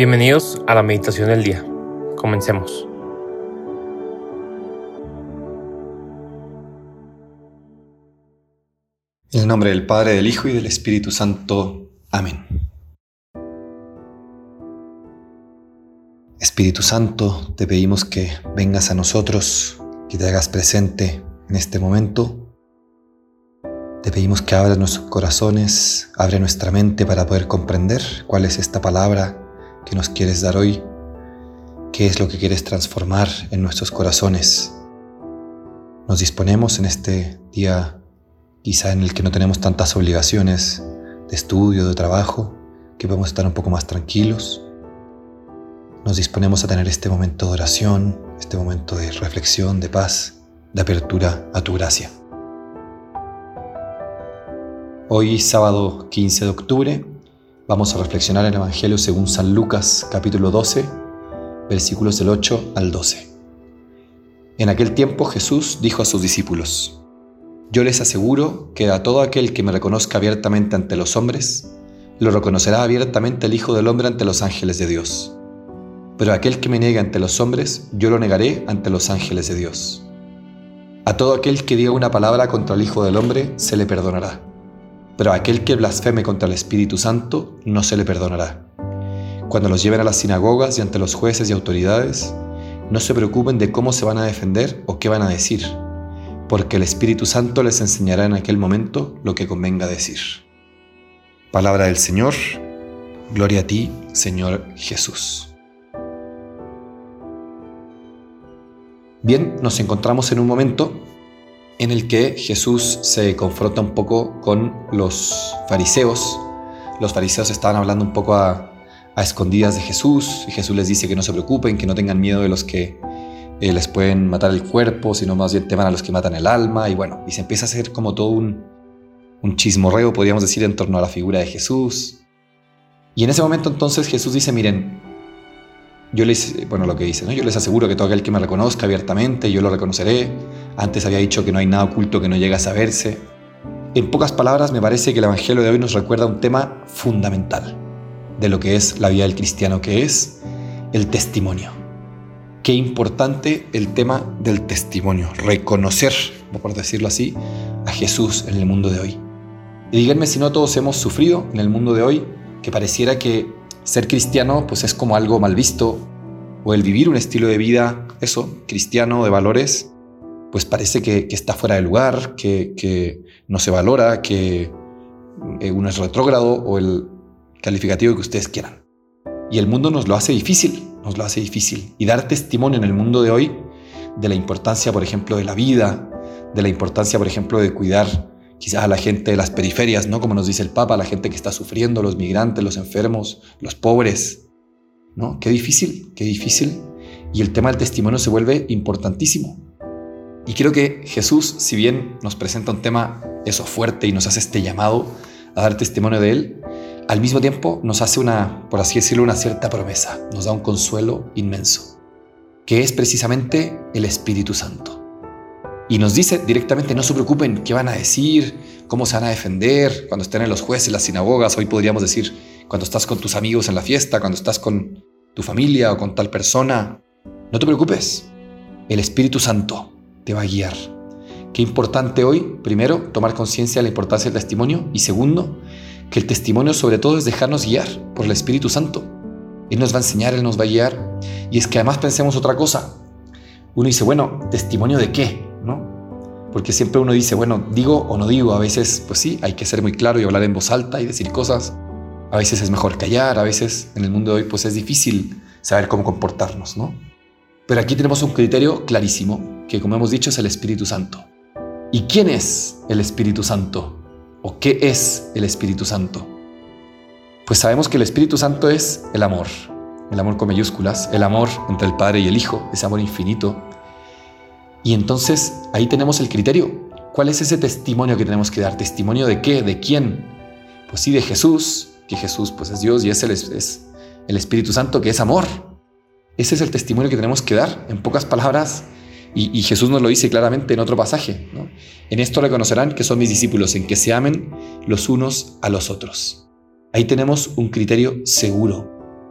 Bienvenidos a la meditación del día. Comencemos. En el nombre del Padre, del Hijo y del Espíritu Santo. Amén. Espíritu Santo, te pedimos que vengas a nosotros, que te hagas presente en este momento. Te pedimos que abras nuestros corazones, abre nuestra mente para poder comprender cuál es esta palabra que nos quieres dar hoy, qué es lo que quieres transformar en nuestros corazones. Nos disponemos en este día, quizá en el que no tenemos tantas obligaciones de estudio, de trabajo, que podemos estar un poco más tranquilos. Nos disponemos a tener este momento de oración, este momento de reflexión, de paz, de apertura a tu gracia. Hoy, sábado 15 de octubre, vamos a reflexionar en el Evangelio según San Lucas, capítulo 12, versículos del 8 al 12. En aquel tiempo Jesús dijo a sus discípulos: Yo les aseguro que a todo aquel que me reconozca abiertamente ante los hombres, lo reconocerá abiertamente el Hijo del Hombre ante los ángeles de Dios. Pero aquel que me niegue ante los hombres, yo lo negaré ante los ángeles de Dios. A todo aquel que diga una palabra contra el Hijo del Hombre, se le perdonará. Pero a aquel que blasfeme contra el Espíritu Santo, no se le perdonará. Cuando los lleven a las sinagogas y ante los jueces y autoridades, no se preocupen de cómo se van a defender o qué van a decir, porque el Espíritu Santo les enseñará en aquel momento lo que convenga decir. Palabra del Señor. Gloria a ti, Señor Jesús. Bien, nos encontramos en un momento en el que Jesús se confronta un poco con los fariseos. Los fariseos estaban hablando un poco a escondidas de Jesús, y Jesús les dice que no se preocupen, que no tengan miedo de los que les pueden matar el cuerpo, sino más bien teman a los que matan el alma. Y bueno, y se empieza a hacer como todo un chismorreo, podríamos decir, en torno a la figura de Jesús. Y en ese momento entonces Jesús dice: miren, yo les aseguro que todo aquel que me reconozca abiertamente, yo lo reconoceré. Antes había dicho que no hay nada oculto que no llegue a saberse. En pocas palabras, me parece que el Evangelio de hoy nos recuerda un tema fundamental de lo que es la vida del cristiano, que es el testimonio. Qué importante el tema del testimonio, reconocer, por decirlo así, a Jesús en el mundo de hoy. Y díganme si no todos hemos sufrido en el mundo de hoy que pareciera que ser cristiano pues es como algo mal visto, o el vivir un estilo de vida, cristiano, de valores, pues parece que está fuera de lugar, que no se valora, que uno es retrógrado, o el calificativo que ustedes quieran. Y el mundo nos lo hace difícil. Y dar testimonio en el mundo de hoy de la importancia, por ejemplo, de la vida, de la importancia, por ejemplo, de cuidar quizás a la gente de las periferias, ¿no? Como nos dice el Papa, la gente que está sufriendo, los migrantes, los enfermos, los pobres, ¿no? Qué difícil. Y el tema del testimonio se vuelve importantísimo. Y creo que Jesús, si bien nos presenta un tema fuerte y nos hace este llamado a dar testimonio de Él, al mismo tiempo nos hace por así decirlo, una cierta promesa, nos da un consuelo inmenso, que es precisamente el Espíritu Santo. Y nos dice directamente: no se preocupen qué van a decir, cómo se van a defender cuando estén en los jueces, en las sinagogas. Hoy podríamos decir cuando estás con tus amigos en la fiesta, cuando estás con tu familia o con tal persona. No te preocupes, el Espíritu Santo te va a guiar. Qué importante hoy, primero, tomar conciencia de la importancia del testimonio, y segundo, que el testimonio sobre todo es dejarnos guiar por el Espíritu Santo. Él nos va a enseñar, Él nos va a guiar. Y es que además pensemos otra cosa. Uno dice, bueno, ¿testimonio de qué? ¿No? Porque siempre uno dice, bueno, ¿digo o no digo? A veces, pues sí, hay que ser muy claro y hablar en voz alta y decir cosas. A veces es mejor callar, a veces en el mundo de hoy pues es difícil saber cómo comportarnos, ¿no? Pero aquí tenemos un criterio clarísimo, que como hemos dicho es el Espíritu Santo. ¿Y quién es el Espíritu Santo? ¿O qué es el Espíritu Santo? Pues sabemos que el Espíritu Santo es el amor con mayúsculas, el amor entre el Padre y el Hijo, ese amor infinito. Y entonces ahí tenemos el criterio. ¿Cuál es ese testimonio que tenemos que dar? ¿Testimonio de qué? ¿De quién? Pues sí, de Jesús, que Jesús pues es Dios y es el Espíritu Santo, que es amor. Ese es el testimonio que tenemos que dar, en pocas palabras. Y Jesús nos lo dice claramente en otro pasaje, ¿no? En esto reconocerán que son mis discípulos, en que se amen los unos a los otros. Ahí tenemos un criterio seguro.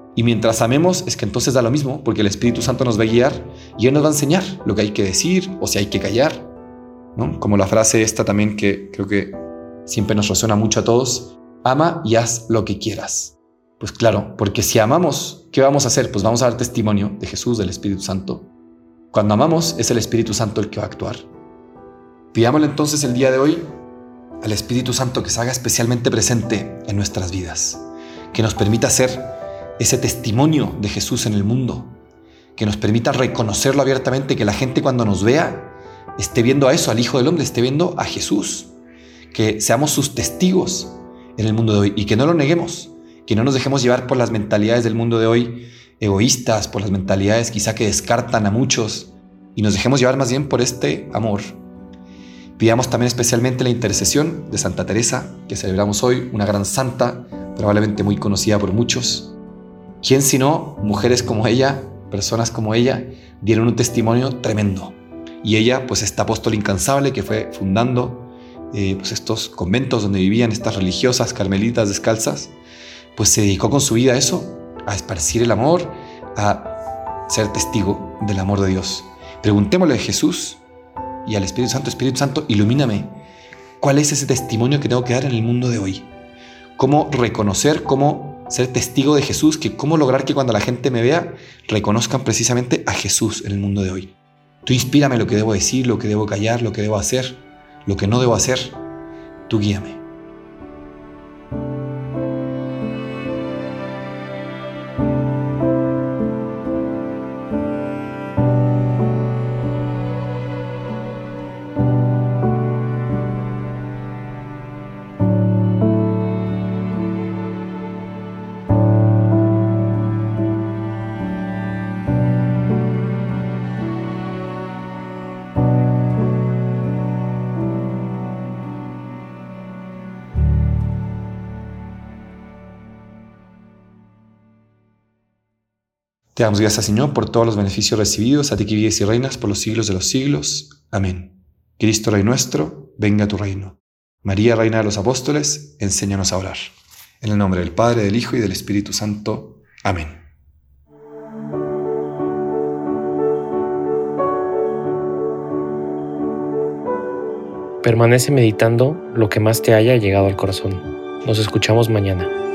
Y mientras amemos es que entonces da lo mismo, porque el Espíritu Santo nos va a guiar y Él nos va a enseñar lo que hay que decir o si hay que callar, ¿no? Como la frase esta también que creo que siempre nos resuena mucho a todos: ama y haz lo que quieras. Pues claro, porque si amamos, ¿qué vamos a hacer? Pues vamos a dar testimonio de Jesús, del Espíritu Santo. Cuando amamos es el Espíritu Santo el que va a actuar. Pidámosle entonces el día de hoy al Espíritu Santo que se haga especialmente presente en nuestras vidas, que nos permita ser ese testimonio de Jesús en el mundo, que nos permita reconocerlo abiertamente, que la gente cuando nos vea esté viendo a eso, al Hijo del Hombre, esté viendo a Jesús, que seamos sus testigos en el mundo de hoy y que no lo neguemos, que no nos dejemos llevar por las mentalidades del mundo de hoy, egoístas, por las mentalidades quizá que descartan a muchos, y nos dejemos llevar más bien por este amor. Pidamos también especialmente la intercesión de Santa Teresa, que celebramos hoy, una gran santa, probablemente muy conocida por muchos. ¿Quién sino mujeres como ella, personas como ella, dieron un testimonio tremendo? Y ella, pues esta apóstol incansable que fue fundando pues estos conventos donde vivían estas religiosas carmelitas descalzas, pues se dedicó con su vida a eso, a esparcir el amor, a ser testigo del amor de Dios. Preguntémosle a Jesús y al Espíritu Santo, ilumíname, ¿cuál es ese testimonio que tengo que dar en el mundo de hoy? ¿Cómo reconocer, cómo ser testigo de Jesús, cómo lograr que cuando la gente me vea, reconozcan precisamente a Jesús en el mundo de hoy? Tú inspírame lo que debo decir, lo que debo callar, lo que debo hacer, lo que no debo hacer. Tú guíame. Te damos gracias, Señor, por todos los beneficios recibidos, a ti que vives y reinas por los siglos de los siglos. Amén. Cristo, Rey nuestro, venga a tu reino. María, Reina de los Apóstoles, enséñanos a orar. En el nombre del Padre, del Hijo y del Espíritu Santo. Amén. Permanece meditando lo que más te haya llegado al corazón. Nos escuchamos mañana.